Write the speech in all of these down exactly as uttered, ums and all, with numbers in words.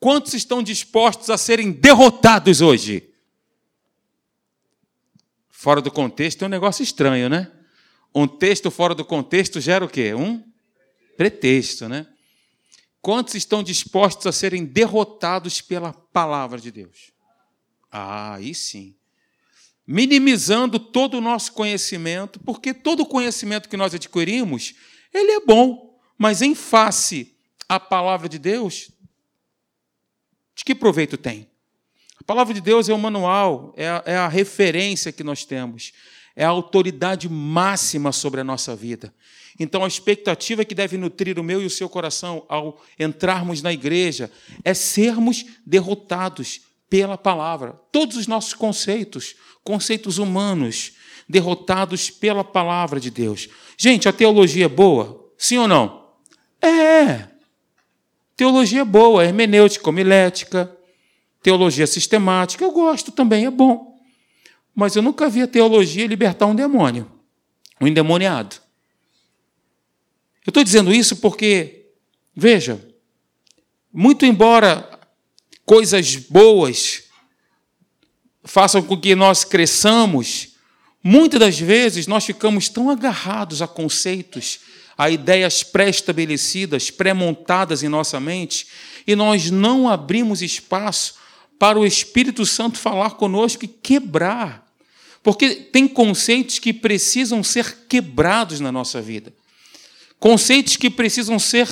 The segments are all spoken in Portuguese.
Quantos estão dispostos a serem derrotados hoje? Fora do contexto é um negócio estranho, né? Um texto fora do contexto gera o quê? Um pretexto, né? Quantos estão dispostos a serem derrotados pela palavra de Deus? Ah, aí sim. Minimizando todo o nosso conhecimento, porque todo o conhecimento que nós adquirimos, ele é bom, mas em face à palavra de Deus, de que proveito tem? A palavra de Deus é o manual, é a, é a referência que nós temos, é a autoridade máxima sobre a nossa vida. Então, a expectativa que deve nutrir o meu e o seu coração ao entrarmos na igreja é sermos derrotados pela palavra. Todos os nossos conceitos, conceitos humanos, derrotados pela palavra de Deus. Gente, a teologia é boa? Sim ou não? É. Teologia é boa, hermenêutica, homilética, teologia sistemática, eu gosto também, é bom. Mas eu nunca vi a teologia libertar um demônio, um endemoniado. Eu estou dizendo isso porque, veja, muito embora coisas boas façam com que nós cresçamos, muitas das vezes nós ficamos tão agarrados a conceitos, a ideias pré-estabelecidas, pré-montadas em nossa mente, e nós não abrimos espaço para o Espírito Santo falar conosco e quebrar. Porque tem conceitos que precisam ser quebrados na nossa vida. Conceitos que precisam ser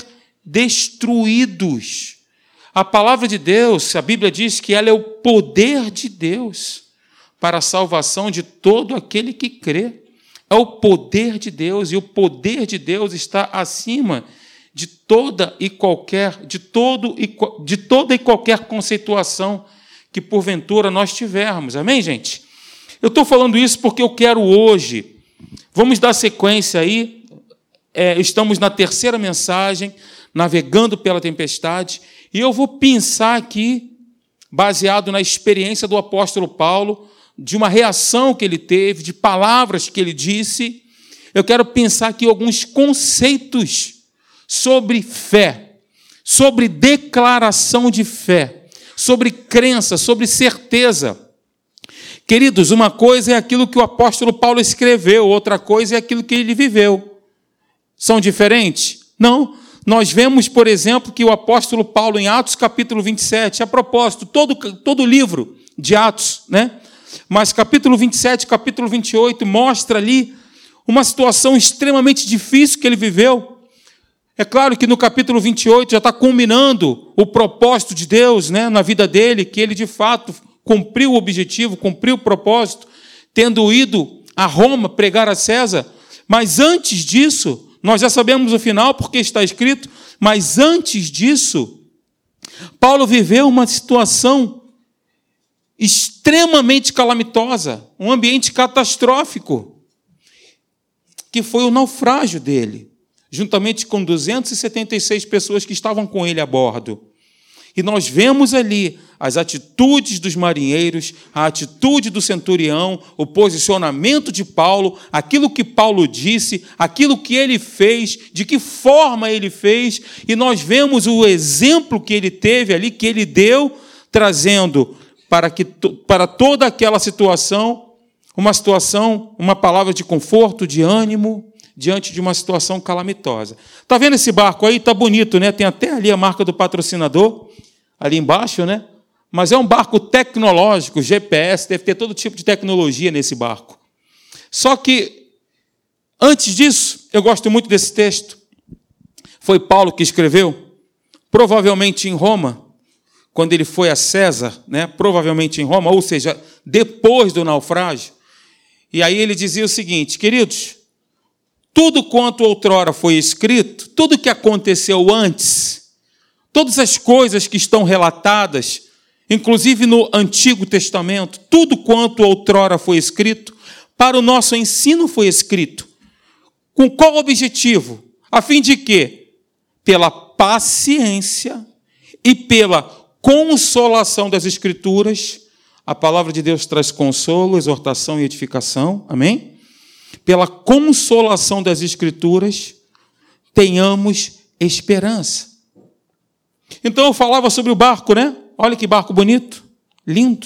destruídos. A palavra de Deus, a Bíblia diz que ela é o poder de Deus para a salvação de todo aquele que crê. É o poder de Deus, e o poder de Deus está acima de toda e qualquer, de todo e, de toda e qualquer conceituação que porventura nós tivermos. Amém, gente? Eu estou falando isso porque eu quero hoje. Vamos dar sequência aí. É, estamos na terceira mensagem, navegando pela tempestade, e eu vou pensar aqui, baseado na experiência do apóstolo Paulo, de uma reação que ele teve, de palavras que ele disse. Eu quero pensar aqui alguns conceitos sobre fé, sobre declaração de fé, sobre crença, sobre certeza. Queridos, uma coisa é aquilo que o apóstolo Paulo escreveu, outra coisa é aquilo que ele viveu. São diferentes? Não. Nós vemos, por exemplo, que o apóstolo Paulo, em Atos capítulo vinte e sete, a propósito, todo, todo o livro de Atos, né? Mas capítulo vinte e sete, capítulo vinte e oito, mostra ali uma situação extremamente difícil que ele viveu. É claro que no capítulo vinte e oito já está culminando o propósito de Deus, né, na vida dele, que ele de fato cumpriu o objetivo, cumpriu o propósito, tendo ido a Roma pregar a César. Mas antes disso, nós já sabemos o final, porque está escrito, mas antes disso, Paulo viveu uma situação extremamente calamitosa, um ambiente catastrófico, que foi o naufrágio dele, juntamente com duzentas e setenta e seis pessoas que estavam com ele a bordo. E nós vemos ali as atitudes dos marinheiros, a atitude do centurião, o posicionamento de Paulo, aquilo que Paulo disse, aquilo que ele fez, de que forma ele fez, e nós vemos o exemplo que ele teve ali, que ele deu, trazendo para, que, para toda aquela situação, uma situação, uma palavra de conforto, de ânimo, diante de uma situação calamitosa. Está vendo esse barco aí? Está bonito, né? Tem até ali a marca do patrocinador, ali embaixo, né? Mas é um barco tecnológico, G P S, deve ter todo tipo de tecnologia nesse barco. Só que, antes disso, eu gosto muito desse texto. Foi Paulo que escreveu, provavelmente em Roma, quando ele foi a César, né? Provavelmente em Roma, ou seja, depois do naufrágio. E aí ele dizia o seguinte: queridos, tudo quanto outrora foi escrito, tudo que aconteceu antes, todas as coisas que estão relatadas, inclusive no Antigo Testamento, tudo quanto outrora foi escrito, para o nosso ensino foi escrito. Com qual objetivo? A fim de que, pela paciência e pela consolação das Escrituras, a palavra de Deus traz consolo, exortação e edificação, amém? Pela consolação das Escrituras, tenhamos esperança. Então eu falava sobre o barco, né? Olha que barco bonito, lindo.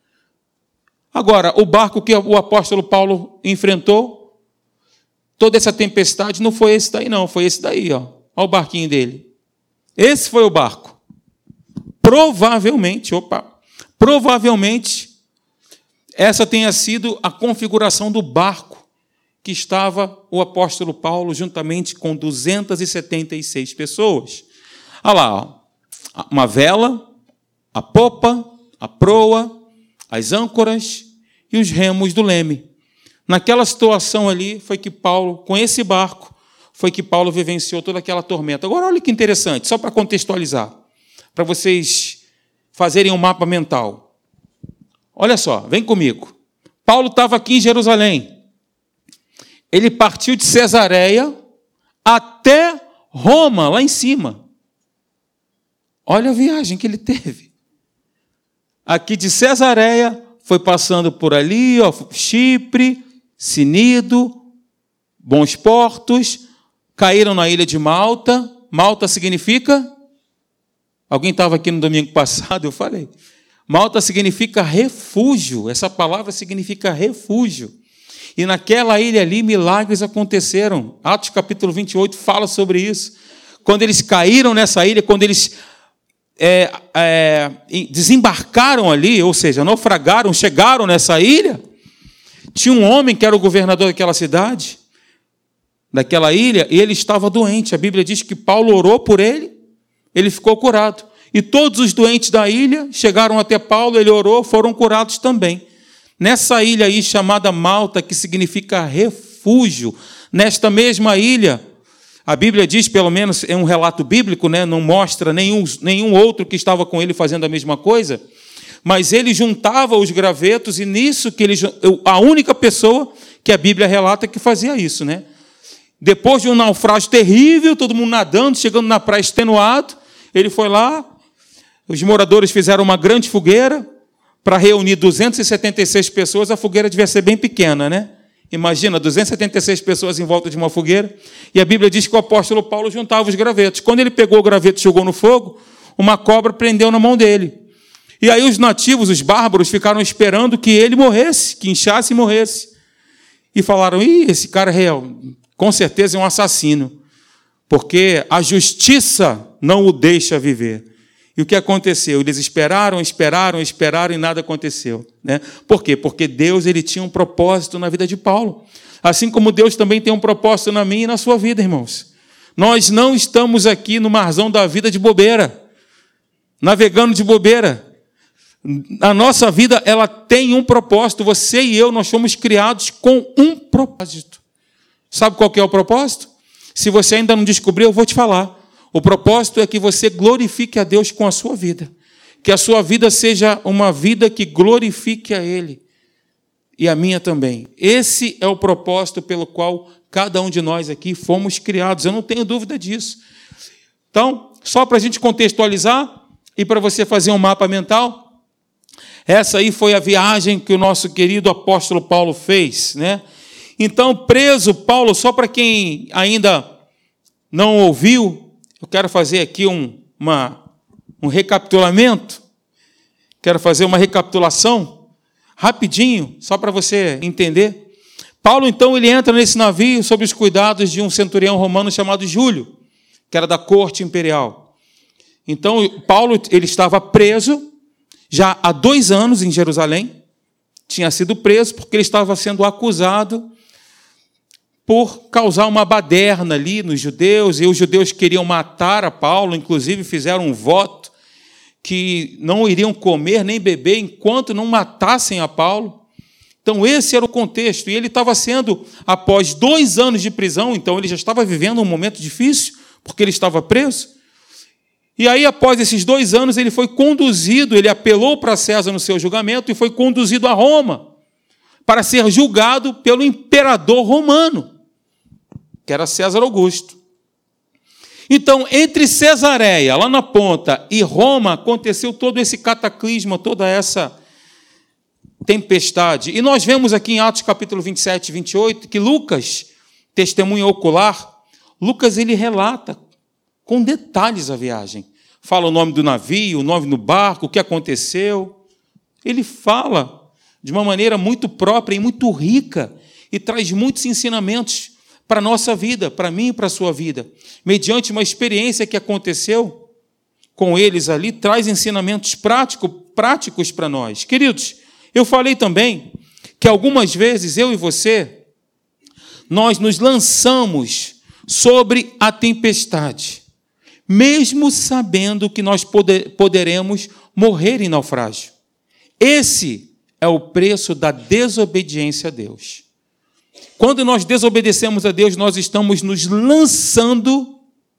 Agora, o barco que o apóstolo Paulo enfrentou, toda essa tempestade, não foi esse daí, não. Foi esse daí, ó. Olha o barquinho dele. Esse foi o barco. Provavelmente, opa, provavelmente, essa tenha sido a configuração do barco que estava o apóstolo Paulo juntamente com duzentas e setenta e seis pessoas. Olha lá, ó. Uma vela, a popa, a proa, as âncoras e os remos do leme. Naquela situação ali foi que Paulo, com esse barco, foi que Paulo vivenciou toda aquela tormenta. Agora, olha que interessante, só para contextualizar, para vocês fazerem um mapa mental. Olha só, vem comigo. Paulo estava aqui em Jerusalém. Ele partiu de Cesareia até Roma, lá em cima. Olha a viagem que ele teve. Aqui de Cesareia, foi passando por ali, ó, Chipre, Cnido, Bons Portos, caíram na ilha de Malta. Malta significa? Alguém estava aqui no domingo passado, eu falei. Malta significa refúgio. Essa palavra significa refúgio. E naquela ilha ali, milagres aconteceram. Atos capítulo vinte e oito fala sobre isso. Quando eles caíram nessa ilha, quando eles é, é, desembarcaram ali, ou seja, naufragaram, chegaram nessa ilha, tinha um homem que era o governador daquela cidade, daquela ilha, e ele estava doente. A Bíblia diz que Paulo orou por ele, ele ficou curado. E todos os doentes da ilha chegaram até Paulo, ele orou, foram curados também. Nessa ilha aí chamada Malta, que significa refúgio, nesta mesma ilha, a Bíblia diz, pelo menos é um relato bíblico, né? Não mostra nenhum, nenhum outro que estava com ele fazendo a mesma coisa, mas ele juntava os gravetos, e nisso que ele, a única pessoa que a Bíblia relata que fazia isso, né? Depois de um naufrágio terrível, todo mundo nadando, chegando na praia extenuado, ele foi lá, os moradores fizeram uma grande fogueira para reunir duzentas e setenta e seis pessoas. A fogueira devia ser bem pequena, né? Imagina, duzentas e setenta e seis pessoas em volta de uma fogueira, e a Bíblia diz que o apóstolo Paulo juntava os gravetos. Quando ele pegou o graveto e jogou no fogo, uma cobra prendeu na mão dele. E aí os nativos, os bárbaros, ficaram esperando que ele morresse, que inchasse e morresse. E falaram, ih, esse cara é real, com certeza é um assassino, porque a justiça não o deixa viver. E o que aconteceu? Eles esperaram, esperaram, esperaram e nada aconteceu, né? Por quê? Porque Deus, ele tinha um propósito na vida de Paulo. Assim como Deus também tem um propósito na minha e na sua vida, irmãos. Nós não estamos aqui no marzão da vida de bobeira, navegando de bobeira. A nossa vida, ela tem um propósito. Você e eu, nós fomos criados com um propósito. Sabe qual que é o propósito? Se você ainda não descobriu, eu vou te falar. O propósito é que você glorifique a Deus com a sua vida. Que a sua vida seja uma vida que glorifique a Ele. E a minha também. Esse é o propósito pelo qual cada um de nós aqui fomos criados. Eu não tenho dúvida disso. Então, só para a gente contextualizar e para você fazer um mapa mental, essa aí foi a viagem que o nosso querido apóstolo Paulo fez, né? Então, preso, Paulo, só para quem ainda não ouviu, eu quero fazer aqui um, uma, um recapitulamento, quero fazer uma recapitulação, rapidinho, só para você entender. Paulo, então, ele entra nesse navio sob os cuidados de um centurião romano chamado Júlio, que era da corte imperial. Então, Paulo, ele estava preso, já há dois anos em Jerusalém, tinha sido preso porque ele estava sendo acusado por causar uma baderna ali nos judeus, e os judeus queriam matar a Paulo, inclusive fizeram um voto que não iriam comer nem beber enquanto não matassem a Paulo. Então, esse era o contexto, e ele estava sendo, após dois anos de prisão, então ele já estava vivendo um momento difícil, porque ele estava preso, e aí, após esses dois anos, ele foi conduzido, ele apelou para César no seu julgamento, e foi conduzido a Roma, para ser julgado pelo imperador romano, que era César Augusto. Então, entre Cesareia, lá na ponta, e Roma, aconteceu todo esse cataclisma, toda essa tempestade. E nós vemos aqui em Atos capítulo vinte e sete e vinte e oito, que Lucas, testemunha ocular, Lucas ele relata com detalhes a viagem. fala o nome do navio, o nome do barco, o que aconteceu. Ele fala de uma maneira muito própria e muito rica e traz muitos ensinamentos para a nossa vida, para mim e para a sua vida. Mediante uma experiência que aconteceu com eles ali, traz ensinamentos práticos, práticos para nós. Queridos, eu falei também que algumas vezes eu e você, nós nos lançamos sobre a tempestade, mesmo sabendo que nós poder, poderemos morrer em naufrágio. Esse é o preço da desobediência a Deus. Quando nós desobedecemos a Deus, nós estamos nos lançando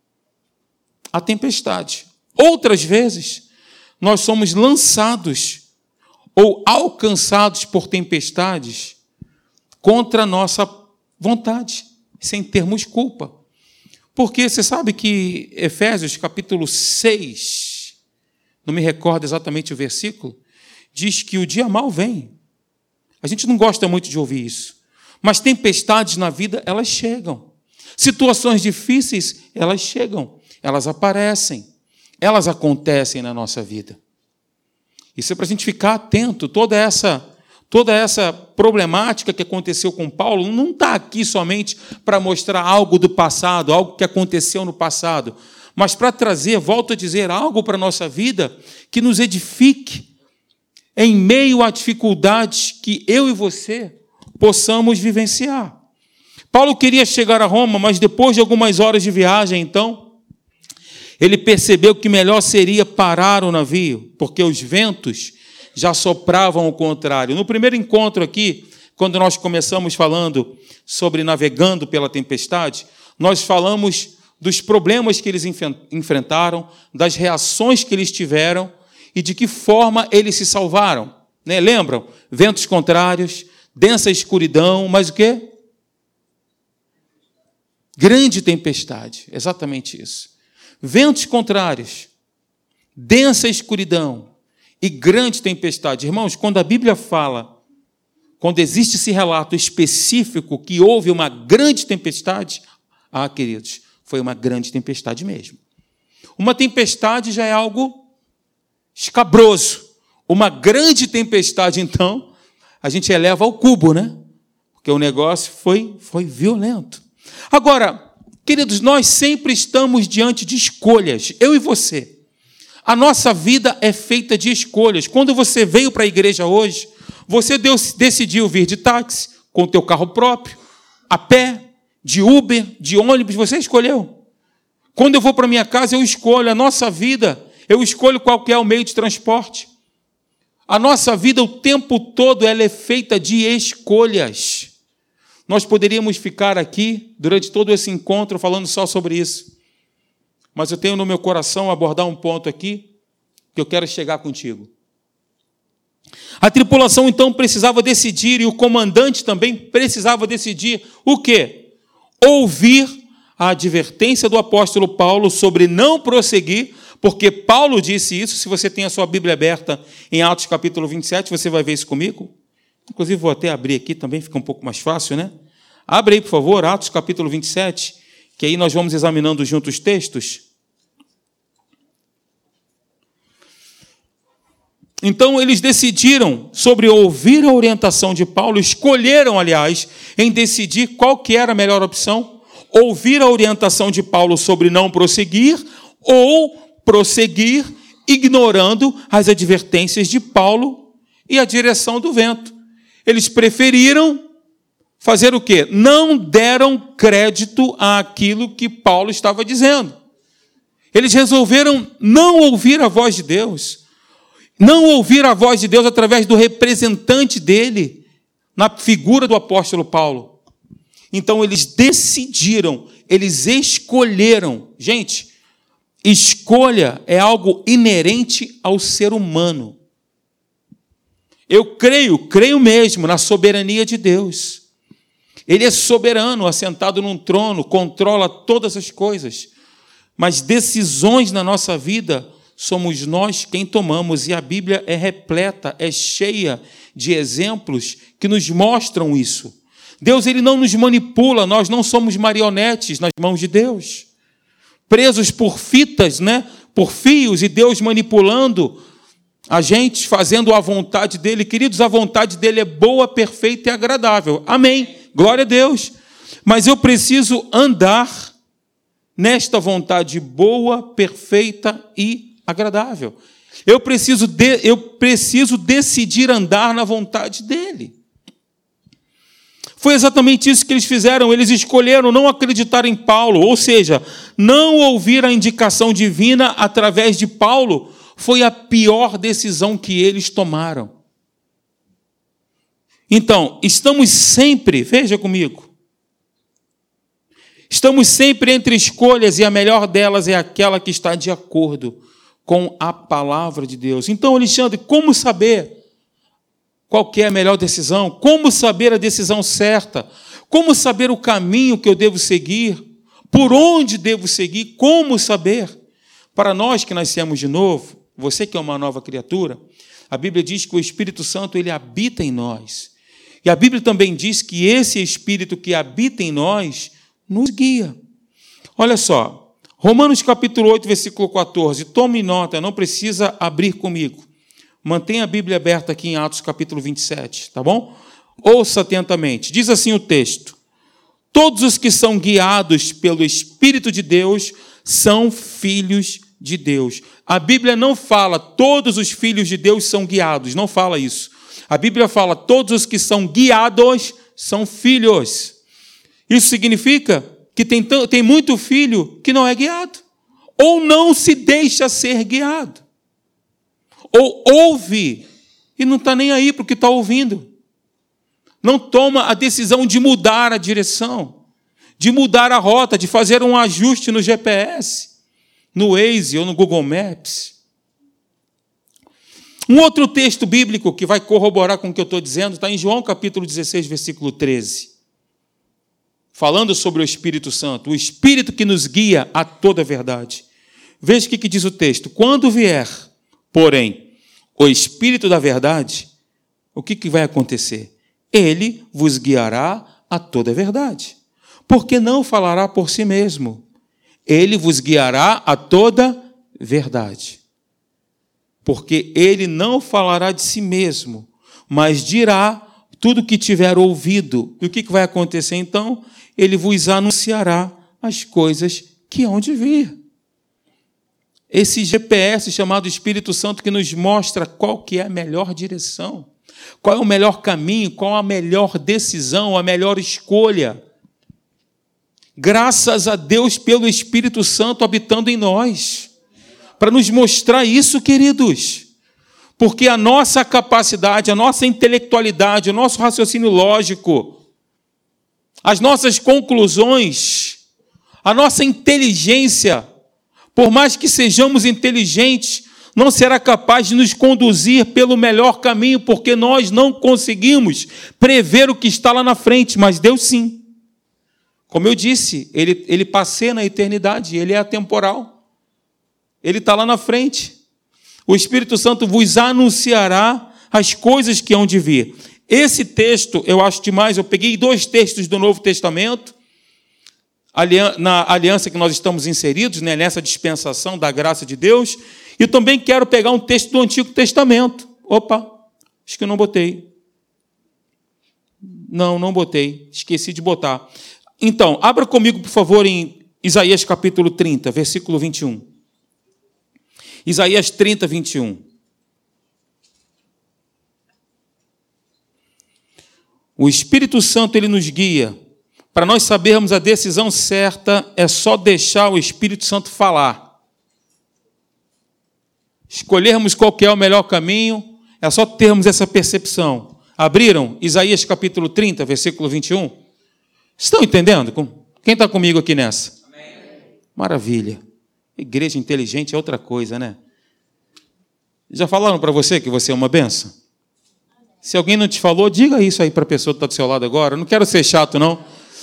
à tempestade. Outras vezes, nós somos lançados ou alcançados por tempestades contra a nossa vontade, sem termos culpa. Porque você sabe que Efésios capítulo seis, não me recordo exatamente o versículo, diz que o dia mau vem. A gente não gosta muito de ouvir isso. Mas tempestades na vida, elas chegam. Situações difíceis, elas chegam. Elas aparecem. Elas acontecem na nossa vida. Isso é para a gente ficar atento. Toda essa, toda essa problemática que aconteceu com Paulo não está aqui somente para mostrar algo do passado, algo que aconteceu no passado, mas para trazer, volto a dizer, algo para a nossa vida que nos edifique em meio a dificuldades que eu e você possamos vivenciar. Paulo queria chegar a Roma, mas depois de algumas horas de viagem, então, ele percebeu que melhor seria parar o navio, porque os ventos já sopravam ao contrário. No primeiro encontro aqui, quando nós começamos falando sobre navegando pela tempestade, nós falamos dos problemas que eles enfrentaram, das reações que eles tiveram e de que forma eles se salvaram. Né? Lembram? Ventos contrários, densa escuridão, mas o quê? Grande tempestade, exatamente isso. Ventos contrários, densa escuridão e grande tempestade. Irmãos, quando a Bíblia fala, quando existe esse relato específico que houve uma grande tempestade, ah, queridos, foi uma grande tempestade mesmo. Uma tempestade já é algo escabroso. Uma grande tempestade, então, a gente eleva ao cubo, né? Porque o negócio foi, foi violento. Agora, queridos, nós sempre estamos diante de escolhas, eu e você. A nossa vida é feita de escolhas. Quando você veio para a igreja hoje, você decidiu vir de táxi, com o teu carro próprio, a pé, de Uber, de ônibus, você escolheu. Quando eu vou para a minha casa, eu escolho. A nossa vida, eu escolho qual que é o meio de transporte. A nossa vida, o tempo todo, ela é feita de escolhas. Nós poderíamos ficar aqui, durante todo esse encontro, falando só sobre isso. Mas eu tenho no meu coração abordar um ponto aqui, que eu quero chegar contigo. A tripulação, então, precisava decidir, e o comandante também precisava decidir o quê? Ouvir a advertência do apóstolo Paulo sobre não prosseguir, porque Paulo disse isso. Se você tem a sua Bíblia aberta em Atos capítulo vinte e sete, você vai ver isso comigo. Inclusive, vou até abrir aqui, também fica um pouco mais fácil, né? Abre aí, por favor, Atos capítulo vinte e sete, que aí nós vamos examinando juntos os textos. Então, eles decidiram sobre ouvir a orientação de Paulo, escolheram, aliás, em decidir qual que era a melhor opção, ouvir a orientação de Paulo sobre não prosseguir ou prosseguir, ignorando as advertências de Paulo e a direção do vento. Eles preferiram fazer o quê? Não deram crédito àquilo que Paulo estava dizendo. Eles resolveram não ouvir a voz de Deus, não ouvir a voz de Deus através do representante dele, na figura do apóstolo Paulo. Então, eles decidiram, eles escolheram. Gente, escolha é algo inerente ao ser humano. Eu creio, creio mesmo na soberania de Deus. Ele é soberano, assentado num trono, controla todas as coisas. Mas decisões na nossa vida somos nós quem tomamos, e a Bíblia é repleta, é cheia de exemplos que nos mostram isso. Deus, ele não nos manipula, nós não somos marionetes nas mãos de Deus, presos por fitas, né? por fios e Deus manipulando a gente, fazendo a vontade dele. Queridos, a vontade dele é boa, perfeita e agradável. Amém. Glória a Deus. Mas eu preciso andar nesta vontade boa, perfeita e agradável. Eu preciso, de, eu preciso decidir andar na vontade dele. Foi exatamente isso que eles fizeram. Eles escolheram não acreditar em Paulo, ou seja, não ouvir a indicação divina através de Paulo foi a pior decisão que eles tomaram. Então, estamos sempre, veja comigo, estamos sempre entre escolhas e a melhor delas é aquela que está de acordo com a palavra de Deus. Então, Alexandre, como saber qual que é a melhor decisão? Como saber a decisão certa? Como saber o caminho que eu devo seguir? Por onde devo seguir? Como saber? Para nós que nascemos de novo, você que é uma nova criatura, a Bíblia diz que o Espírito Santo ele habita em nós. E a Bíblia também diz que esse Espírito que habita em nós nos guia. Olha só, Romanos capítulo oito, versículo quatorze. Tome nota, não precisa abrir comigo. Mantenha a Bíblia aberta aqui em Atos capítulo vinte e sete, tá bom? Ouça atentamente. Diz assim o texto: todos os que são guiados pelo Espírito de Deus são filhos de Deus. A Bíblia não fala todos os filhos de Deus são guiados, não fala isso. A Bíblia fala todos os que são guiados são filhos. Isso significa que tem, tem muito filho que não é guiado, ou não se deixa ser guiado, ou ouve e não está nem aí para o que está ouvindo. Não toma a decisão de mudar a direção, de mudar a rota, de fazer um ajuste no G P S, no Waze ou no Google Maps. Um outro texto bíblico que vai corroborar com o que eu estou dizendo está em João capítulo dezesseis, versículo treze. Falando sobre o Espírito Santo, o Espírito que nos guia a toda a verdade. Veja o que diz o texto. Quando vier, porém, o Espírito da verdade, o que vai acontecer? Ele vos guiará a toda a verdade, porque não falará por si mesmo. Ele vos guiará a toda verdade, porque ele não falará de si mesmo, mas dirá tudo o que tiver ouvido. E o que vai acontecer então? Ele vos anunciará as coisas que hão de vir. Esse G P S chamado Espírito Santo que nos mostra qual que é a melhor direção, qual é o melhor caminho, qual a melhor decisão, a melhor escolha. Graças a Deus pelo Espírito Santo habitando em nós, para nos mostrar isso, queridos. Porque a nossa capacidade, a nossa intelectualidade, o nosso raciocínio lógico, as nossas conclusões, a nossa inteligência, por mais que sejamos inteligentes, não será capaz de nos conduzir pelo melhor caminho, porque nós não conseguimos prever o que está lá na frente, mas Deus sim. Como eu disse, ele, ele passeia na eternidade, ele é atemporal. Ele está lá na frente. O Espírito Santo vos anunciará as coisas que hão de vir. Esse texto, eu acho demais, eu peguei dois textos do Novo Testamento, na aliança que nós estamos inseridos, né, nessa dispensação da graça de Deus, e também quero pegar um texto do Antigo Testamento. Opa, acho que eu não botei. Não, não botei, esqueci de botar. Então, abra comigo, por favor, em Isaías capítulo trinta, versículo vinte e um. Isaías trinta, vinte e um. O Espírito Santo ele nos guia. Para nós sabermos a decisão certa, é só deixar o Espírito Santo falar. Escolhermos qual que é o melhor caminho, é só termos essa percepção. Abriram Isaías capítulo trinta, versículo vinte e um? Estão entendendo? Quem está comigo aqui nessa? Amém. Maravilha. Igreja inteligente é outra coisa, né? Já falaram para você que você é uma benção? Se alguém não te falou, diga isso aí para a pessoa que está do seu lado agora. Eu não quero ser chato, não.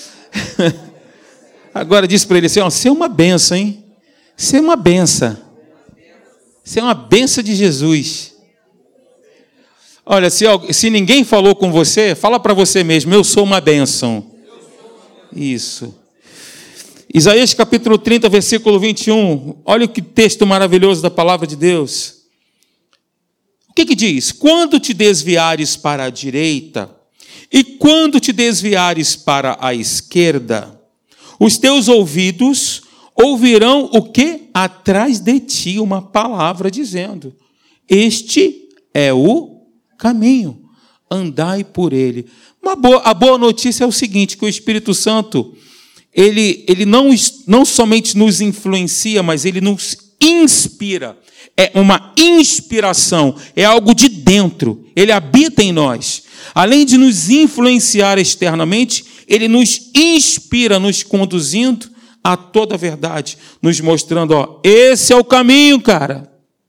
Agora diz para ele assim, ó, você é uma benção, hein? Você é uma benção. Você é uma benção de Jesus. Olha, se, se ninguém falou com você, fala para você mesmo, eu sou uma benção. Isso. Isaías capítulo trinta, versículo vinte e um. Olha que texto maravilhoso da palavra de Deus. O que que diz? Quando te desviares para a direita e quando te desviares para a esquerda, os teus ouvidos ouvirão o que? Atrás de ti uma palavra dizendo: este é o caminho, andai por ele. Uma boa, a boa notícia é o seguinte, que o Espírito Santo, ele, ele não, não somente nos influencia, mas ele nos inspira. É uma inspiração, é algo de dentro, ele habita em nós. Além de nos influenciar externamente, ele nos inspira, nos conduzindo a toda a verdade, nos mostrando, ó, esse é o caminho, cara.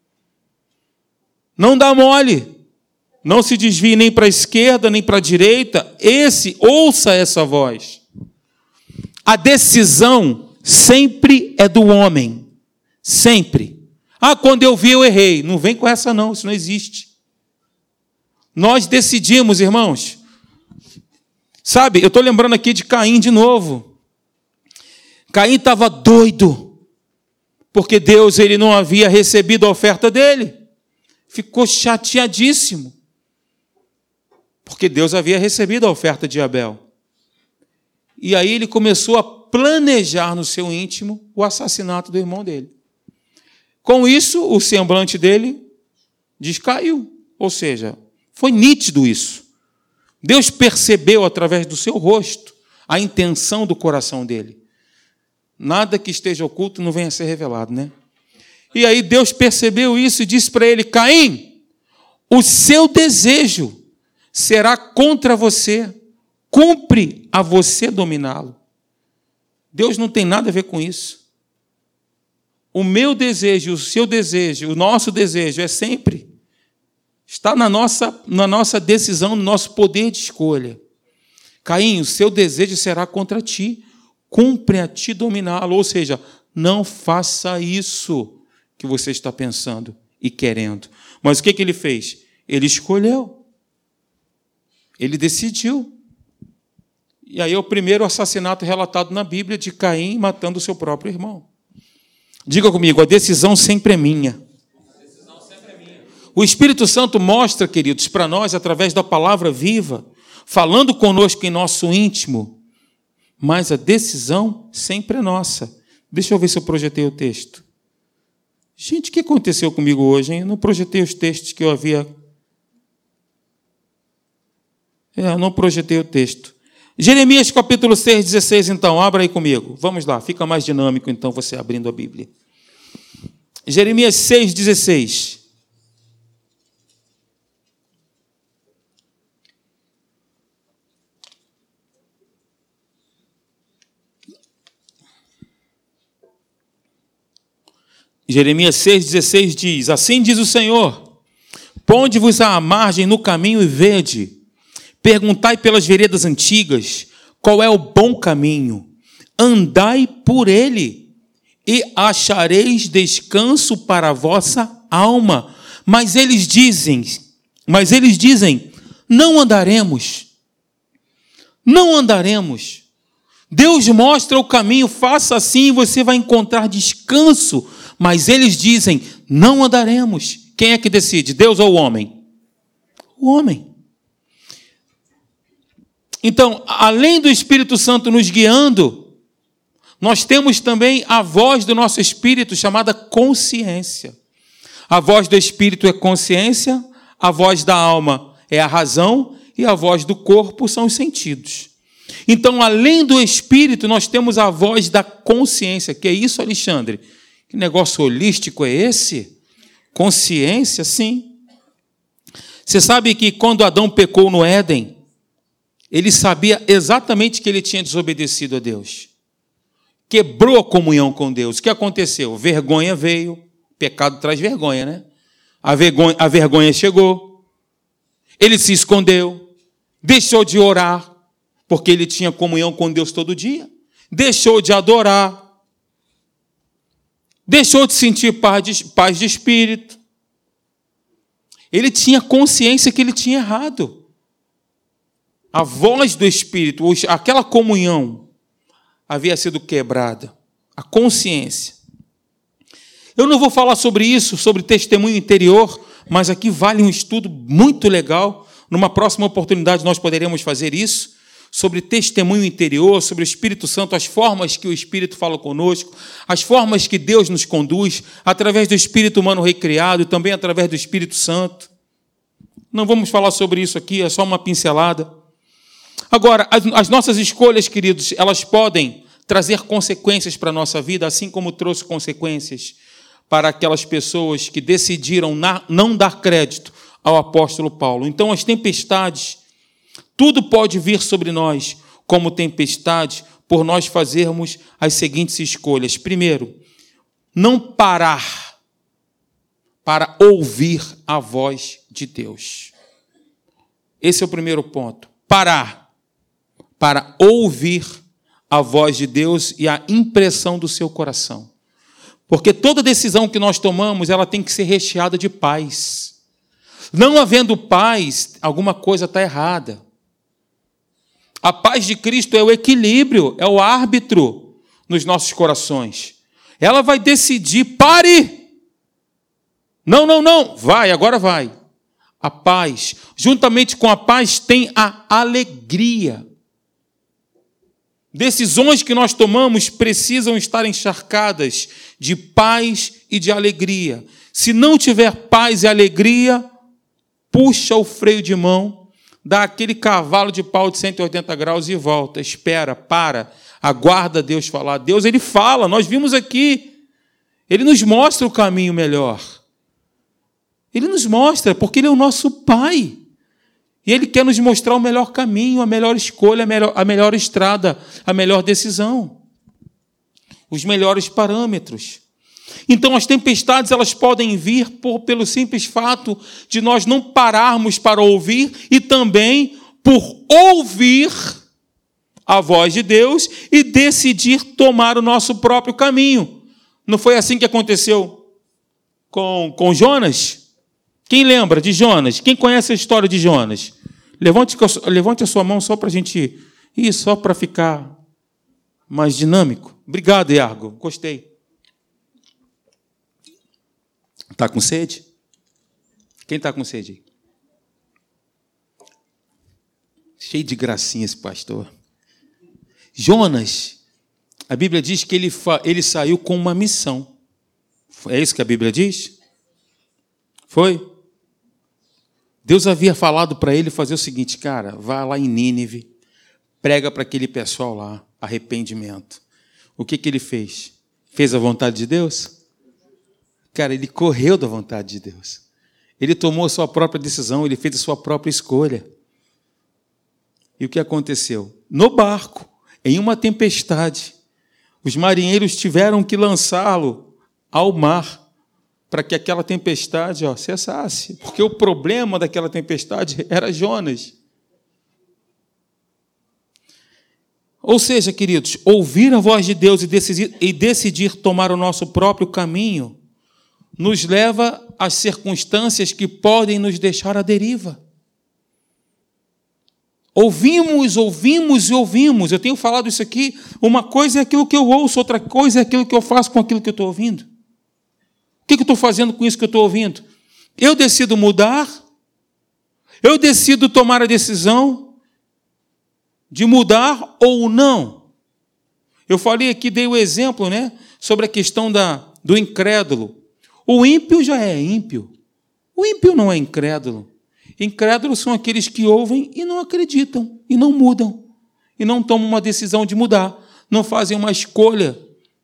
Não dá mole. Não se desvie nem para a esquerda, nem para a direita. Esse, ouça essa voz. A decisão sempre é do homem. Sempre. Ah, quando eu vi, eu errei. Não vem com essa, não. Isso não existe. Nós decidimos, irmãos. Sabe, eu estou lembrando aqui de Caim de novo. Caim estava doido, porque Deus ele não havia recebido a oferta dele. Ficou chateadíssimo, porque Deus havia recebido a oferta de Abel. E aí ele começou a planejar no seu íntimo o assassinato do irmão dele. Com isso, o semblante dele descaiu. Ou seja, foi nítido isso. Deus percebeu através do seu rosto a intenção do coração dele. Nada que esteja oculto não venha a ser revelado, né? E aí Deus percebeu isso e disse para ele: Caim, o seu desejo será contra você, cumpre a você dominá-lo. Deus não tem nada a ver com isso. O meu desejo, o seu desejo, o nosso desejo é sempre, está na nossa, na nossa decisão, no nosso poder de escolha. Caim, o seu desejo será contra ti, cumpre a ti dominá-lo. Ou seja, não faça isso que você está pensando e querendo. Mas o que, que ele fez? Ele escolheu. Ele decidiu. E aí é o primeiro assassinato relatado na Bíblia de Caim matando o seu próprio irmão. Diga comigo, a decisão sempre é minha. A decisão sempre é minha. O Espírito Santo mostra, queridos, para nós, através da palavra viva, falando conosco em nosso íntimo, mas a decisão sempre é nossa. Deixa eu ver se eu projetei o texto. Gente, o que aconteceu comigo hoje, hein? Eu não projetei os textos que eu havia... É, eu não projetei o texto. Jeremias capítulo seis, dezesseis, então, abra aí comigo. Vamos lá, fica mais dinâmico, então, você abrindo a Bíblia. Jeremias seis, dezesseis. Jeremias seis, dezesseis diz: assim diz o Senhor, ponde-vos à margem no caminho e vede, perguntai pelas veredas antigas, qual é o bom caminho, andai por ele, e achareis descanso para a vossa alma. Mas eles dizem, mas eles dizem, não andaremos, não andaremos. Deus mostra o caminho, faça assim e você vai encontrar descanso. Mas eles dizem, não andaremos. Quem é que decide, Deus ou o homem? O homem. Então, além do Espírito Santo nos guiando, nós temos também a voz do nosso espírito, chamada consciência. A voz do espírito é consciência, a voz da alma é a razão e a voz do corpo são os sentidos. Então, além do espírito, nós temos a voz da consciência. Que é isso, Alexandre? Que negócio holístico é esse? Consciência, sim. Você sabe que quando Adão pecou no Éden, ele sabia exatamente que ele tinha desobedecido a Deus. Quebrou a comunhão com Deus. O que aconteceu? Vergonha veio. Pecado traz vergonha, né? A vergonha, a vergonha chegou. Ele se escondeu. Deixou de orar, porque ele tinha comunhão com Deus todo dia. Deixou de adorar. Deixou de sentir paz de, paz de espírito. Ele tinha consciência que ele tinha errado. A voz do Espírito, aquela comunhão, havia sido quebrada, a consciência. Eu não vou falar sobre isso, sobre testemunho interior, mas aqui vale um estudo muito legal. Numa próxima oportunidade nós poderemos fazer isso, sobre testemunho interior, sobre o Espírito Santo, as formas que o Espírito fala conosco, as formas que Deus nos conduz, através do Espírito humano recriado e também através do Espírito Santo. Não vamos falar sobre isso aqui, é só uma pincelada. Agora, as, as nossas escolhas, queridos, elas podem trazer consequências para a nossa vida, assim como trouxe consequências para aquelas pessoas que decidiram na, não dar crédito ao apóstolo Paulo. Então, as tempestades, tudo pode vir sobre nós como tempestade por nós fazermos as seguintes escolhas. Primeiro, não parar para ouvir a voz de Deus. Esse é o primeiro ponto. Parar para ouvir a voz de Deus e a impressão do seu coração. Porque toda decisão que nós tomamos, ela tem que ser recheada de paz. Não havendo paz, alguma coisa está errada. A paz de Cristo é o equilíbrio, é o árbitro nos nossos corações. Ela vai decidir, pare! Não, não, não, vai, agora vai. A paz, juntamente com a paz, tem a alegria. Decisões que nós tomamos precisam estar encharcadas de paz e de alegria. Se não tiver paz e alegria, puxa o freio de mão, dá aquele cavalo de pau de cento e oitenta graus e volta. Espera, para, aguarda Deus falar. Deus, Ele fala, nós vimos aqui. Ele nos mostra o caminho melhor. Ele nos mostra, porque Ele é o nosso Pai. E Ele quer nos mostrar o melhor caminho, a melhor escolha, a melhor, a melhor estrada, a melhor decisão. Os melhores parâmetros. Então, as tempestades elas podem vir por, pelo simples fato de nós não pararmos para ouvir e também por ouvir a voz de Deus e decidir tomar o nosso próprio caminho. Não foi assim que aconteceu com, com Jonas? Quem lembra de Jonas? Quem conhece a história de Jonas? Levante, levante a sua mão só para a gente ir, só para ficar mais dinâmico. Obrigado, Iargo. Gostei. Está com sede? Quem está com sede? Cheio de gracinha esse pastor. Jonas, a Bíblia diz que ele, ele saiu com uma missão. É isso que a Bíblia diz? Foi? Deus havia falado para ele fazer o seguinte, cara, vá lá em Nínive, prega para aquele pessoal lá, arrependimento. O que, que ele fez? Fez a vontade de Deus? Cara, ele correu da vontade de Deus. Ele tomou a sua própria decisão, ele fez a sua própria escolha. E o que aconteceu? No barco, em uma tempestade, os marinheiros tiveram que lançá-lo ao mar para que aquela tempestade ó, cessasse. Porque o problema daquela tempestade era Jonas. Ou seja, queridos, ouvir a voz de Deus e decidir, e decidir tomar o nosso próprio caminho nos leva às circunstâncias que podem nos deixar à deriva. Ouvimos, ouvimos e ouvimos. Eu tenho falado isso aqui. Uma coisa é aquilo que eu ouço, outra coisa é aquilo que eu faço com aquilo que eu estou ouvindo. O que eu estou fazendo com isso que eu estou ouvindo? Eu decido mudar, eu decido tomar a decisão de mudar ou não. Eu falei aqui, dei o exemplo, né, sobre a questão da, do incrédulo. O ímpio já é ímpio. O ímpio não é incrédulo. Incrédulos são aqueles que ouvem e não acreditam, e não mudam, e não tomam uma decisão de mudar, não fazem uma escolha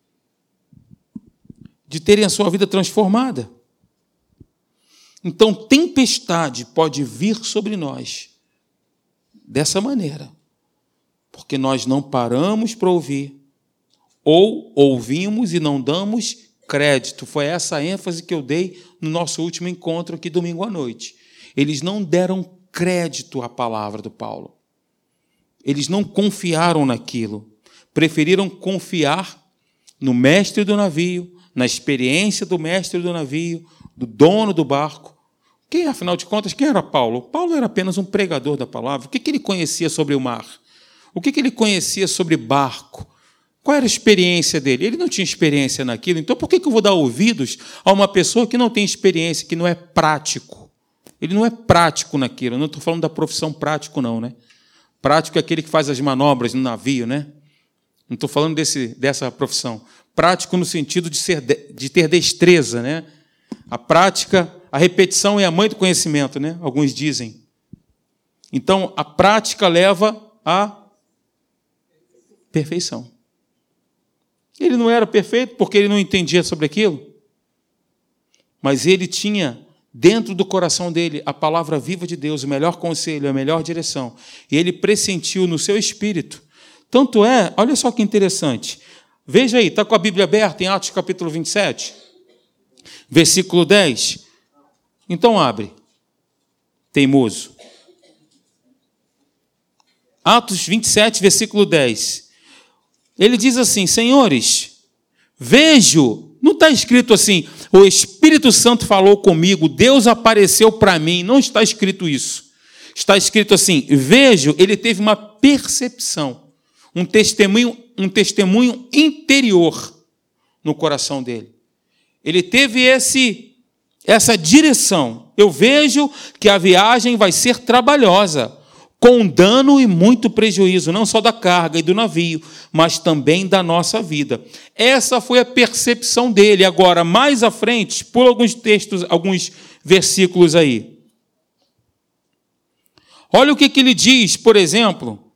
de terem a sua vida transformada. Então, tempestade pode vir sobre nós dessa maneira, porque nós não paramos para ouvir, ou ouvimos e não damos crédito. Foi essa a ênfase que eu dei no nosso último encontro aqui domingo à noite. Eles não deram crédito à palavra do Paulo. Eles não confiaram naquilo. Preferiram confiar no mestre do navio, na experiência do mestre do navio, do dono do barco. Quem, afinal de contas, quem era Paulo? Paulo era apenas um pregador da palavra. O que ele conhecia sobre o mar? O que ele conhecia sobre barco? Qual era a experiência dele? Ele não tinha experiência naquilo, então por que eu vou dar ouvidos a uma pessoa que não tem experiência, que não é prático? Ele não é prático naquilo. Eu não estou falando da profissão prático, não, né? Prático é aquele que faz as manobras no navio, né? Não estou falando desse, dessa profissão. Prático no sentido de, ser, de ter destreza, né? A prática, a repetição é a mãe do conhecimento, né? Alguns dizem. Então, a prática leva à perfeição. Ele não era perfeito porque ele não entendia sobre aquilo, mas ele tinha dentro do coração dele a palavra viva de Deus, o melhor conselho, a melhor direção. E ele pressentiu no seu espírito. Tanto é, olha só que interessante. Veja aí, está com a Bíblia aberta em Atos capítulo vinte e sete, versículo dez. Então abre, teimoso. Atos vinte e sete, versículo dez. Ele diz assim: senhores, vejo, não está escrito assim, o Espírito Santo falou comigo, Deus apareceu para mim, não está escrito isso. Está escrito assim: vejo, ele teve uma percepção, um testemunho, um testemunho interior no coração dele. Ele teve esse, essa direção. Eu vejo que a viagem vai ser trabalhosa, com dano e muito prejuízo, não só da carga e do navio, mas também da nossa vida. Essa foi a percepção dele. Agora, mais à frente, pula alguns textos, alguns versículos aí. Olha o que, que ele diz, por exemplo.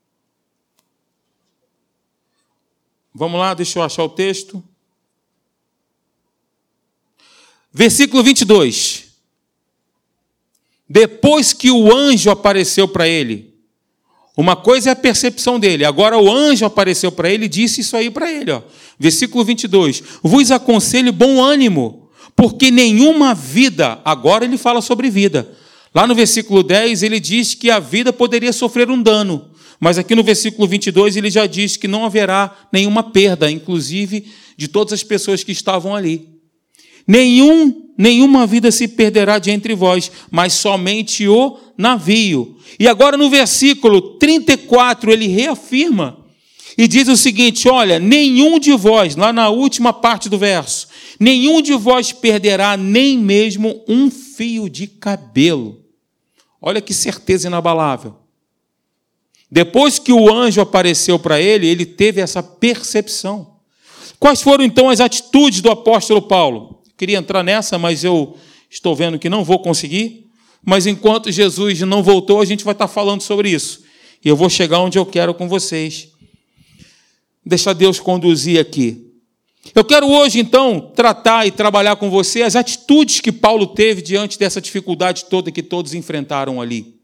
Vamos lá, deixa eu achar o texto. Versículo vinte e dois. Depois que o anjo apareceu para ele, uma coisa é a percepção dele, agora o anjo apareceu para ele e disse isso aí para ele. Ó. Versículo vinte e dois. Vos aconselho bom ânimo, porque nenhuma vida, agora ele fala sobre vida. Lá no versículo dez ele diz que a vida poderia sofrer um dano, mas aqui no versículo vinte e dois ele já diz que não haverá nenhuma perda, inclusive de todas as pessoas que estavam ali. Nenhum, nenhuma vida se perderá de entre vós, mas somente o navio. E agora no versículo trinta e quatro ele reafirma e diz o seguinte: olha, nenhum de vós, lá na última parte do verso, nenhum de vós perderá nem mesmo um fio de cabelo. Olha que certeza inabalável. Depois que o anjo apareceu para ele, ele teve essa percepção. Quais foram então as atitudes do apóstolo Paulo? Queria entrar nessa, mas eu estou vendo que não vou conseguir. Mas enquanto Jesus não voltou, a gente vai estar falando sobre isso. E eu vou chegar onde eu quero com vocês. Deixa Deus conduzir aqui. Eu quero hoje, então, tratar e trabalhar com você as atitudes que Paulo teve diante dessa dificuldade toda que todos enfrentaram ali.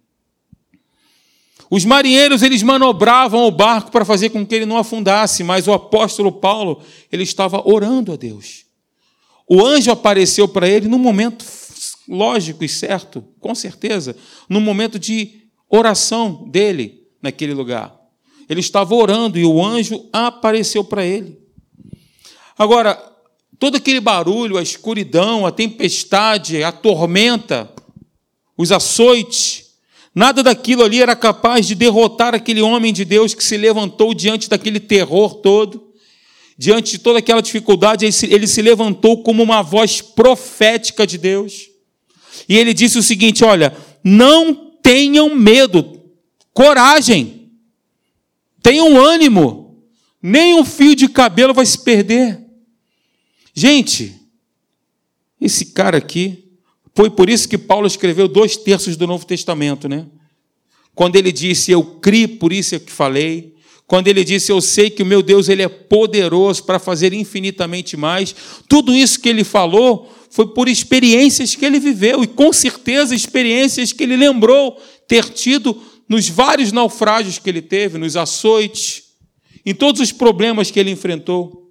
Os marinheiros, eles manobravam o barco para fazer com que ele não afundasse, mas o apóstolo Paulo, ele estava orando a Deus. O anjo apareceu para ele num momento lógico e certo, com certeza, num momento de oração dele naquele lugar. Ele estava orando e o anjo apareceu para ele. Agora, todo aquele barulho, a escuridão, a tempestade, a tormenta, os açoites, nada daquilo ali era capaz de derrotar aquele homem de Deus que se levantou diante daquele terror todo. Diante de toda aquela dificuldade, ele se, ele se levantou como uma voz profética de Deus. E ele disse o seguinte: olha, não tenham medo, coragem, tenham ânimo, nem um fio de cabelo vai se perder. Gente, esse cara aqui, foi por isso que Paulo escreveu dois terços do Novo Testamento, né? Quando ele disse, eu criei, por isso é que falei. Quando ele disse, eu sei que o meu Deus ele é poderoso para fazer infinitamente mais. Tudo isso que ele falou foi por experiências que ele viveu e, com certeza, experiências que ele lembrou ter tido nos vários naufrágios que ele teve, nos açoites, em todos os problemas que ele enfrentou.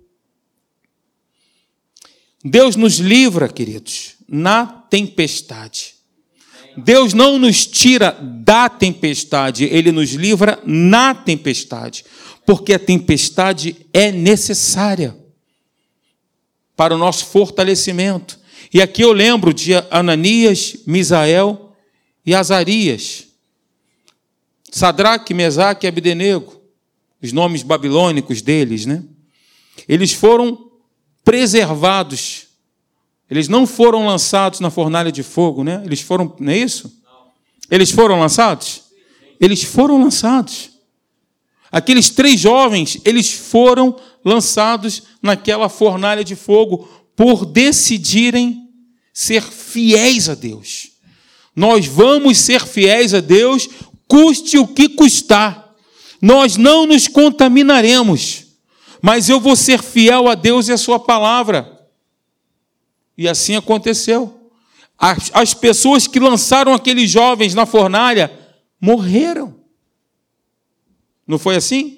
Deus nos livra, queridos, na tempestade. Deus não nos tira da tempestade, Ele nos livra na tempestade, porque a tempestade é necessária para o nosso fortalecimento. E aqui eu lembro de Ananias, Misael e Azarias, Sadraque, Mesaque e Abdenego, os nomes babilônicos deles, né? Eles foram preservados. Eles não foram lançados na fornalha de fogo, né? Eles foram, não é isso? Eles foram lançados? Eles foram lançados. Aqueles três jovens, eles foram lançados naquela fornalha de fogo por decidirem ser fiéis a Deus. Nós vamos ser fiéis a Deus, custe o que custar. Nós não nos contaminaremos, mas eu vou ser fiel a Deus e a sua palavra. E assim aconteceu. As, as pessoas que lançaram aqueles jovens na fornalha morreram. Não foi assim?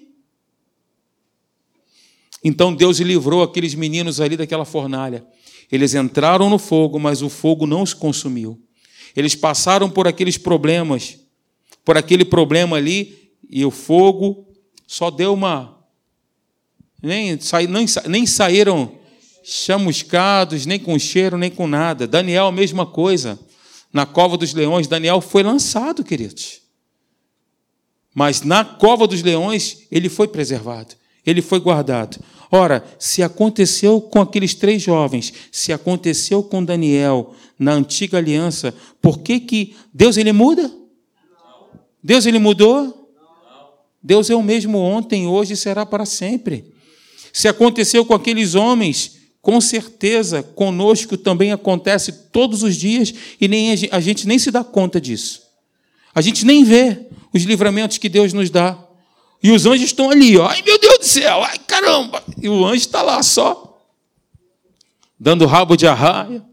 Então Deus livrou aqueles meninos ali daquela fornalha. Eles entraram no fogo, mas o fogo não os consumiu. Eles passaram por aqueles problemas, por aquele problema ali, e o fogo só deu uma... Nem, nem, nem saíram chamuscados, nem com cheiro, nem com nada. Daniel, a mesma coisa. Na cova dos leões, Daniel foi lançado, queridos. Mas na cova dos leões, ele foi preservado. Ele foi guardado. Ora, se aconteceu com aqueles três jovens, se aconteceu com Daniel na antiga aliança, por que que Deus ele muda? Deus ele mudou? Deus é o mesmo ontem, hoje e será para sempre. Se aconteceu com aqueles homens, com certeza conosco também acontece todos os dias e nem a gente nem se dá conta disso. A gente nem vê os livramentos que Deus nos dá. E os anjos estão ali, ó. Ai, meu Deus do céu, ai, caramba. E o anjo está lá só, dando rabo de arraia,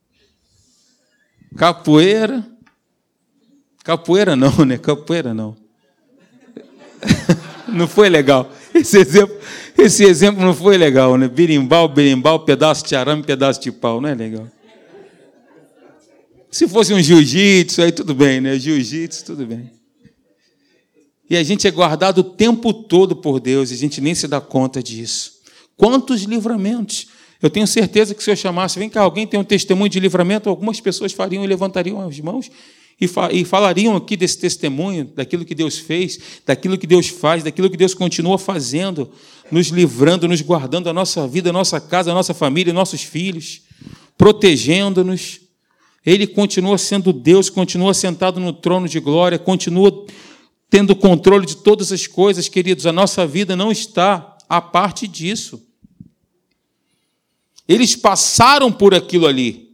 capoeira. Capoeira não, né? Capoeira não. Não foi legal. Esse exemplo, esse exemplo não foi legal, né? Birimbau, berimbau, pedaço de arame, pedaço de pau. Não é legal. Se fosse um jiu-jitsu, aí tudo bem, né? Jiu-jitsu, tudo bem. E a gente é guardado o tempo todo por Deus, e a gente nem se dá conta disso. Quantos livramentos! Eu tenho certeza que se eu chamasse, vem cá, alguém tem um testemunho de livramento, algumas pessoas fariam e levantariam as mãos e, fa- e falariam aqui desse testemunho, daquilo que Deus fez, daquilo que Deus faz, daquilo que Deus continua fazendo, nos livrando, nos guardando a nossa vida, a nossa casa, a nossa família, nossos filhos, protegendo-nos. Ele continua sendo Deus, continua sentado no trono de glória, continua tendo controle de todas as coisas, queridos. A nossa vida não está à parte disso. Eles passaram por aquilo ali.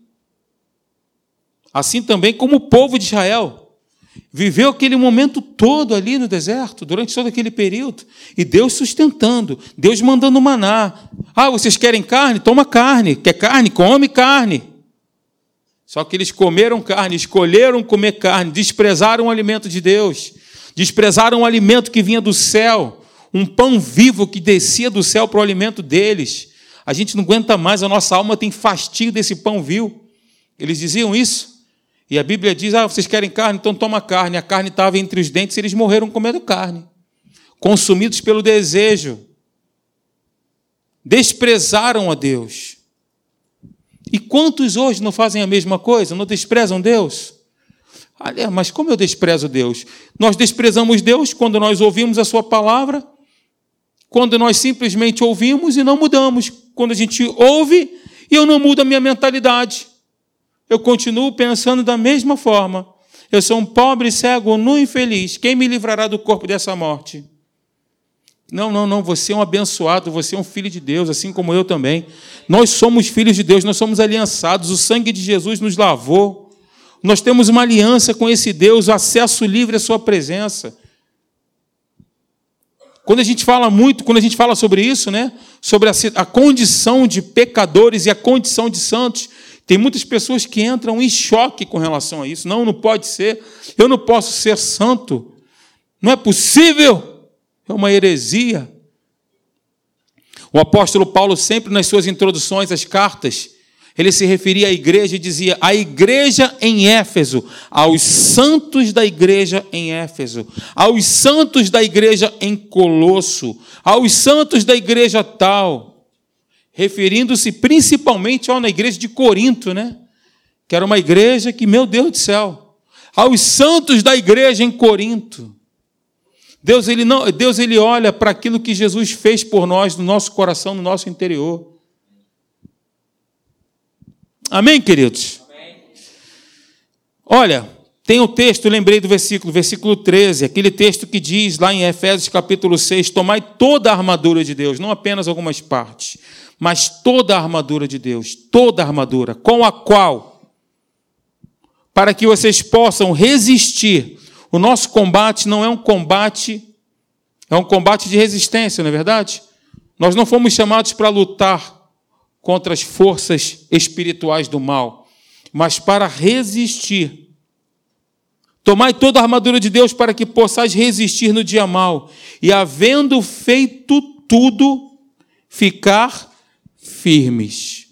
Assim também como o povo de Israel. Viveu aquele momento todo ali no deserto, durante todo aquele período. E Deus sustentando, Deus mandando maná. Ah, vocês querem carne? Toma carne. Quer carne? Come carne. Só que eles comeram carne, escolheram comer carne, desprezaram o alimento de Deus. Desprezaram o alimento que vinha do céu, um pão vivo que descia do céu para o alimento deles. A gente não aguenta mais, a nossa alma tem fastio desse pão vivo. Eles diziam isso. E a Bíblia diz, ah, vocês querem carne? Então toma carne. A carne estava entre os dentes e eles morreram comendo carne. Consumidos pelo desejo. Desprezaram a Deus. E quantos hoje não fazem a mesma coisa? Não desprezam Deus? Ah, mas como eu desprezo Deus? Nós desprezamos Deus quando nós ouvimos a sua palavra, quando nós simplesmente ouvimos e não mudamos. Quando a gente ouve e eu não mudo a minha mentalidade. Eu continuo pensando da mesma forma. Eu sou um pobre, cego, nu e infeliz. Quem me livrará do corpo dessa morte? Não, não, não. Você é um abençoado, você é um filho de Deus, assim como eu também. Nós somos filhos de Deus, nós somos aliançados. O sangue de Jesus nos lavou. Nós temos uma aliança com esse Deus, acesso livre à sua presença. Quando a gente fala muito, quando a gente fala sobre isso, né, sobre a, a condição de pecadores e a condição de santos, tem muitas pessoas que entram em choque com relação a isso. Não, não pode ser. Eu não posso ser santo. Não é possível. É uma heresia. O apóstolo Paulo, sempre nas suas introduções às cartas, ele se referia à igreja e dizia, a igreja em Éfeso, aos santos da igreja em Éfeso, aos santos da igreja em Colosso, aos santos da igreja tal, referindo-se principalmente ó, na igreja de Corinto, né? Que era uma igreja que, meu Deus do céu, aos santos da igreja em Corinto. Deus, ele não, Deus ele olha para aquilo que Jesus fez por nós, no nosso coração, no nosso interior. Amém, queridos? Amém. Olha, tem o texto, lembrei do versículo, versículo treze, aquele texto que diz lá em Efésios capítulo seis, tomai toda a armadura de Deus, não apenas algumas partes, mas toda a armadura de Deus, toda a armadura, com a qual, para que vocês possam resistir. O nosso combate não é um combate, é um combate de resistência, não é verdade? Nós não fomos chamados para lutar contra as forças espirituais do mal, mas para resistir. Tomai toda a armadura de Deus para que possais resistir no dia mau, e havendo feito tudo, ficar firmes,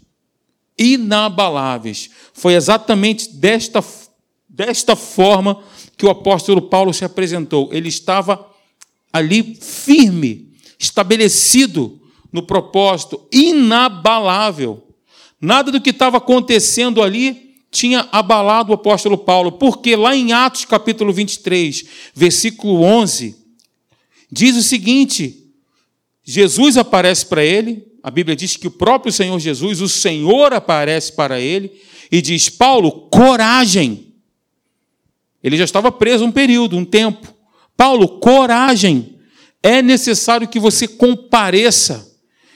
inabaláveis. Foi exatamente desta, desta forma que o apóstolo Paulo se apresentou. Ele estava ali firme, estabelecido no propósito, inabalável. Nada do que estava acontecendo ali tinha abalado o apóstolo Paulo, porque lá em Atos capítulo vinte e três, versículo onze, diz o seguinte: Jesus aparece para ele, a Bíblia diz que o próprio Senhor Jesus, o Senhor aparece para ele e diz: Paulo, coragem. Ele já estava preso um período, um tempo. Paulo, coragem. É necessário que você compareça,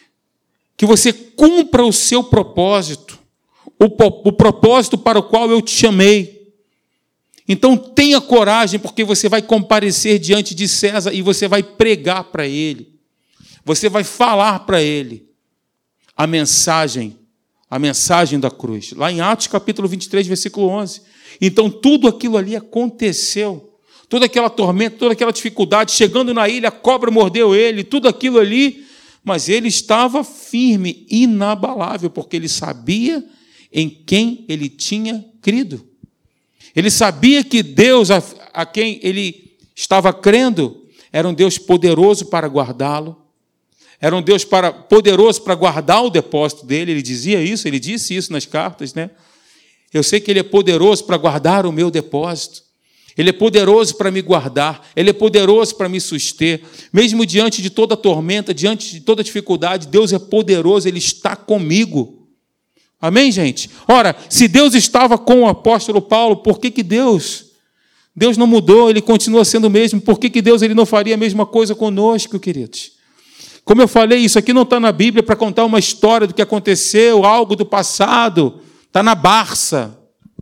que você cumpra o seu propósito, o, o propósito para o qual eu te chamei. Então tenha coragem, porque você vai comparecer diante de César e você vai pregar para ele. Você vai falar para ele a mensagem, a mensagem da cruz. Lá em Atos capítulo vinte e três, versículo onze. Então tudo aquilo ali aconteceu. Toda aquela tormenta, toda aquela dificuldade, chegando na ilha, a cobra mordeu ele, tudo aquilo ali, mas ele estava firme, inabalável, porque ele sabia em quem ele tinha crido. Ele sabia que Deus, a, a quem ele estava crendo, era um Deus poderoso para guardá-lo, era um Deus para, poderoso para guardar o depósito dele. Ele dizia isso, ele disse isso nas cartas, né? Eu sei que ele é poderoso para guardar o meu depósito. Ele é poderoso para me guardar, Ele é poderoso para me suster. Mesmo diante de toda tormenta, diante de toda dificuldade, Deus é poderoso, Ele está comigo. Amém, gente? Ora, se Deus estava com o apóstolo Paulo, por que que Deus? Deus não mudou, Ele continua sendo o mesmo. Por que que Deus ele não faria a mesma coisa conosco, queridos? Como eu falei, isso aqui não está na Bíblia para contar uma história do que aconteceu, algo do passado. Está na Barça.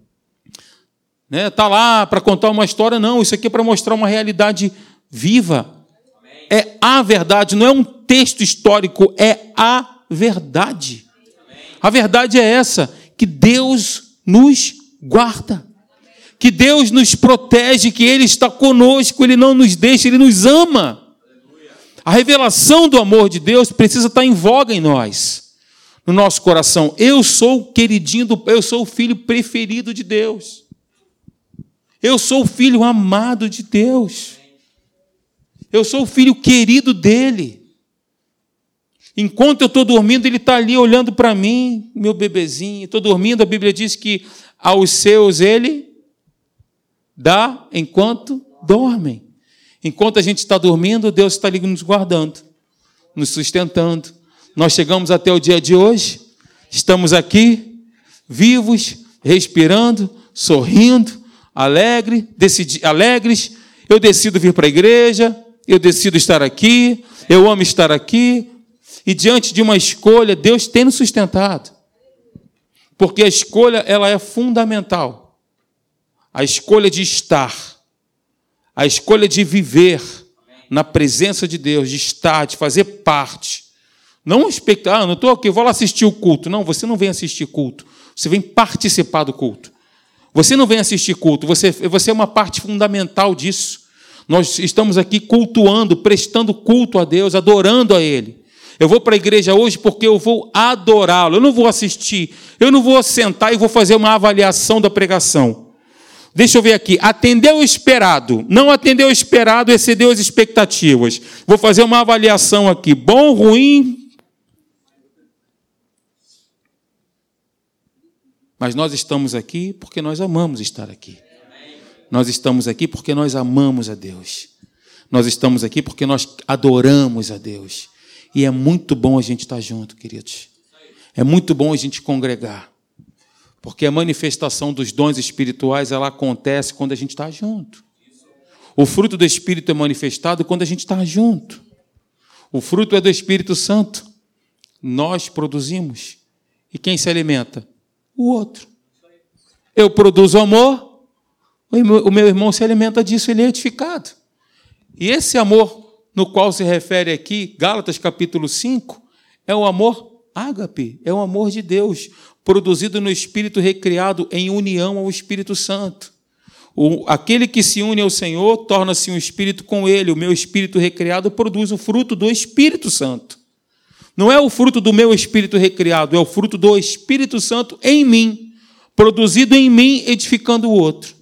Está lá para contar uma história, não. Isso aqui é para mostrar uma realidade viva. Amém. É a verdade, não é um texto histórico, é a verdade. Amém. A verdade é essa, que Deus nos guarda, que Deus nos protege, que Ele está conosco, Ele não nos deixa, Ele nos ama. Aleluia. A revelação do amor de Deus precisa estar em voga em nós, no nosso coração. Eu sou o queridinho, do, eu sou o filho preferido de Deus. Eu sou o filho amado de Deus. Eu sou o filho querido dEle. Enquanto eu estou dormindo, Ele está ali olhando para mim, meu bebezinho. Estou dormindo, a Bíblia diz que aos seus Ele dá enquanto dormem. Enquanto a gente está dormindo, Deus está ali nos guardando, nos sustentando. Nós chegamos até o dia de hoje, estamos aqui, vivos, respirando, sorrindo, Alegre, decidi, alegres, eu decido vir para a igreja, eu decido estar aqui, eu amo estar aqui, e diante de uma escolha, Deus tem nos sustentado, porque a escolha ela é fundamental, a escolha de estar, a escolha de viver na presença de Deus, de estar, de fazer parte, não expectar, ah, não estou aqui, vou lá assistir o culto, não, você não vem assistir culto, você vem participar do culto. Você não vem assistir culto, você, você é uma parte fundamental disso. Nós estamos aqui cultuando, prestando culto a Deus, adorando a Ele. Eu vou para a igreja hoje porque eu vou adorá-lo, eu não vou assistir, eu não vou sentar e vou fazer uma avaliação da pregação. Deixa eu ver aqui, atendeu o esperado, não atendeu o esperado, excedeu as expectativas. Vou fazer uma avaliação aqui, bom, ruim... Mas nós estamos aqui porque nós amamos estar aqui. Nós estamos aqui porque nós amamos a Deus. Nós estamos aqui porque nós adoramos a Deus. E é muito bom a gente estar junto, queridos. É muito bom a gente congregar. Porque a manifestação dos dons espirituais, ela acontece quando a gente está junto. O fruto do Espírito é manifestado quando a gente está junto. O fruto é do Espírito Santo. Nós produzimos. E quem se alimenta? O outro. Eu produzo amor, o meu irmão se alimenta disso, ele é edificado. E esse amor no qual se refere aqui, Gálatas capítulo cinco, é o amor ágape, é o amor de Deus, produzido no Espírito, recriado em união ao Espírito Santo. O, aquele que se une ao Senhor torna-se um Espírito com Ele. O meu Espírito recriado produz o fruto do Espírito Santo. Não é o fruto do meu Espírito recriado, é o fruto do Espírito Santo em mim, produzido em mim, edificando o outro.